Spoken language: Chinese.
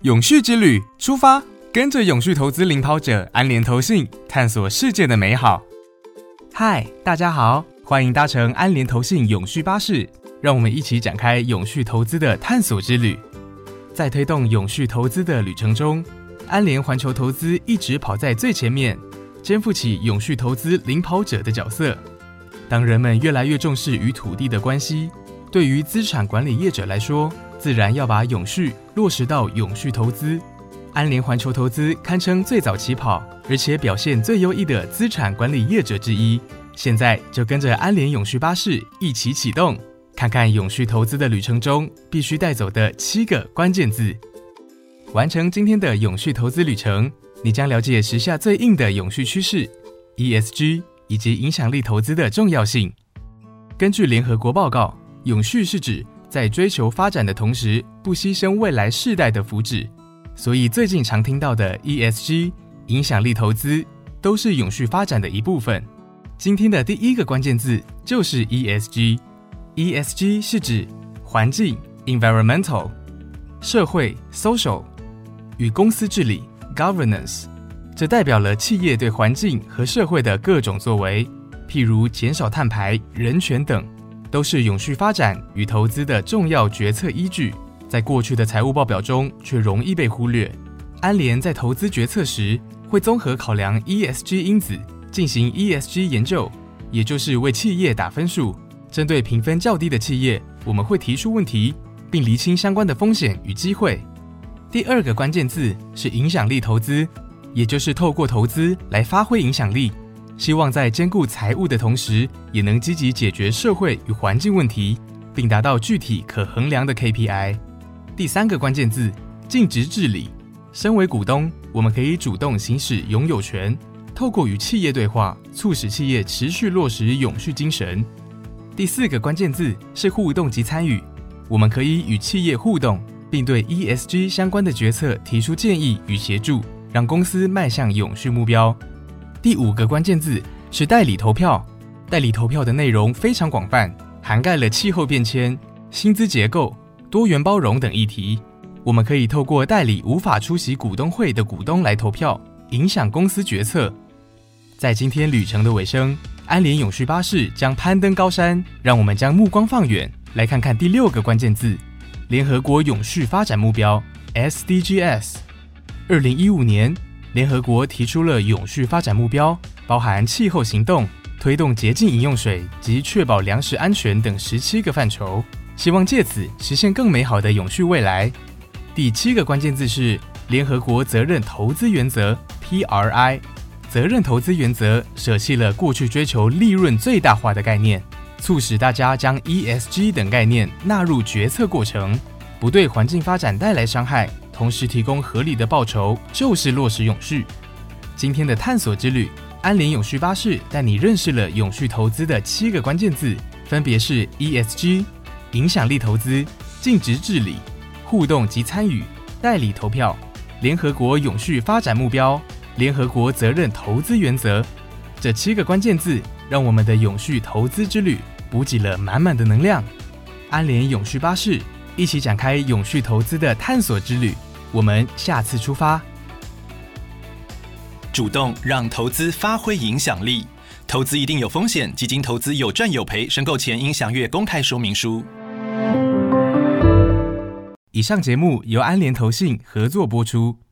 永续之旅出发，跟着永续投资领跑者安联投信，探索世界的美好。嗨，大家好，欢迎搭乘安联投信永续巴士，让我们一起展开永续投资的探索之旅。在推动永续投资的旅程中，安联环球投资一直跑在最前面，肩负起永续投资领跑者的角色。当人们越来越重视与土地的关系，对于资产管理业者来说，自然要把永续落实到永续投资。安联环球投资堪称最早起跑，而且表现最优异的资产管理业者之一。现在就跟着安联永续巴士一起启动，看看永续投资的旅程中必须带走的7个关键字。完成今天的永续投资旅程，你将了解时下最硬的永续趋势 ESG 以及影响力投资的重要性。根据联合国报告，永续是指在追求发展的同时，不牺牲未来世代的福祉。所以最近常听到的 ESG 影响力投资都是永续发展的一部分。今天的第一个关键字就是 ESG。ESG 是指环境 Environmental、社会 Social 与公司治理 Governance。这代表了企业对环境和社会的各种作为，譬如减少碳排、人权等，都是永续发展与投资的重要决策依据。在过去的财务报表中却容易被忽略。安联在投资决策时会综合考量 ESG 因子，进行 ESG 研究，也就是为企业打分数。针对评分较低的企业，我们会提出问题，并厘清相关的风险与机会。第二个关键字是影响力投资，也就是透过投资来发挥影响力，希望在兼顾财务的同时，也能积极解决社会与环境问题，并达到具体可衡量的 KPI。第三个关键字，尽职治理。身为股东，我们可以主动行使拥有权，透过与企业对话，促使企业持续落实永续精神。第四个关键字是互动及参与。我们可以与企业互动，并对 ESG 相关的决策提出建议与协助，让公司迈向永续目标。第五个关键字是代理投票。代理投票的内容非常广泛，涵盖了气候变迁、薪资结构、多元包容等议题。我们可以透过代理无法出席股东会的股东来投票，影响公司决策。在今天旅程的尾声，安联永续巴士将攀登高山，让我们将目光放远，来看看第6个关键字：联合国永续发展目标 SDGs。2015年，联合国提出了永续发展目标，包含气候行动、推动洁净饮用水及确保粮食安全等17个范畴，希望借此实现更美好的永续未来。第7个关键字是联合国责任投资原则 PRI。责任投资原则舍弃了过去追求利润最大化的概念，促使大家将 ESG 等概念纳入决策过程，不对环境发展带来伤害，同时提供合理的报酬，就是落实永续。今天的探索之旅，安联永续巴士带你认识了永续投资的7个关键字，分别是 ESG、影响力投资、尽职治理、互动及参与、代理投票、联合国永续发展目标、联合国责任投资原则。这7个关键字让我们的永续投资之旅补给了满满的能量。安联永续巴士一起展开永续投资的探索之旅，我们下次出发。 主动让投资发挥影响力，投资一定有风险，基金投资有赚有赔，申购前应详阅公开说明书。 以上节目由安联投信合作播出。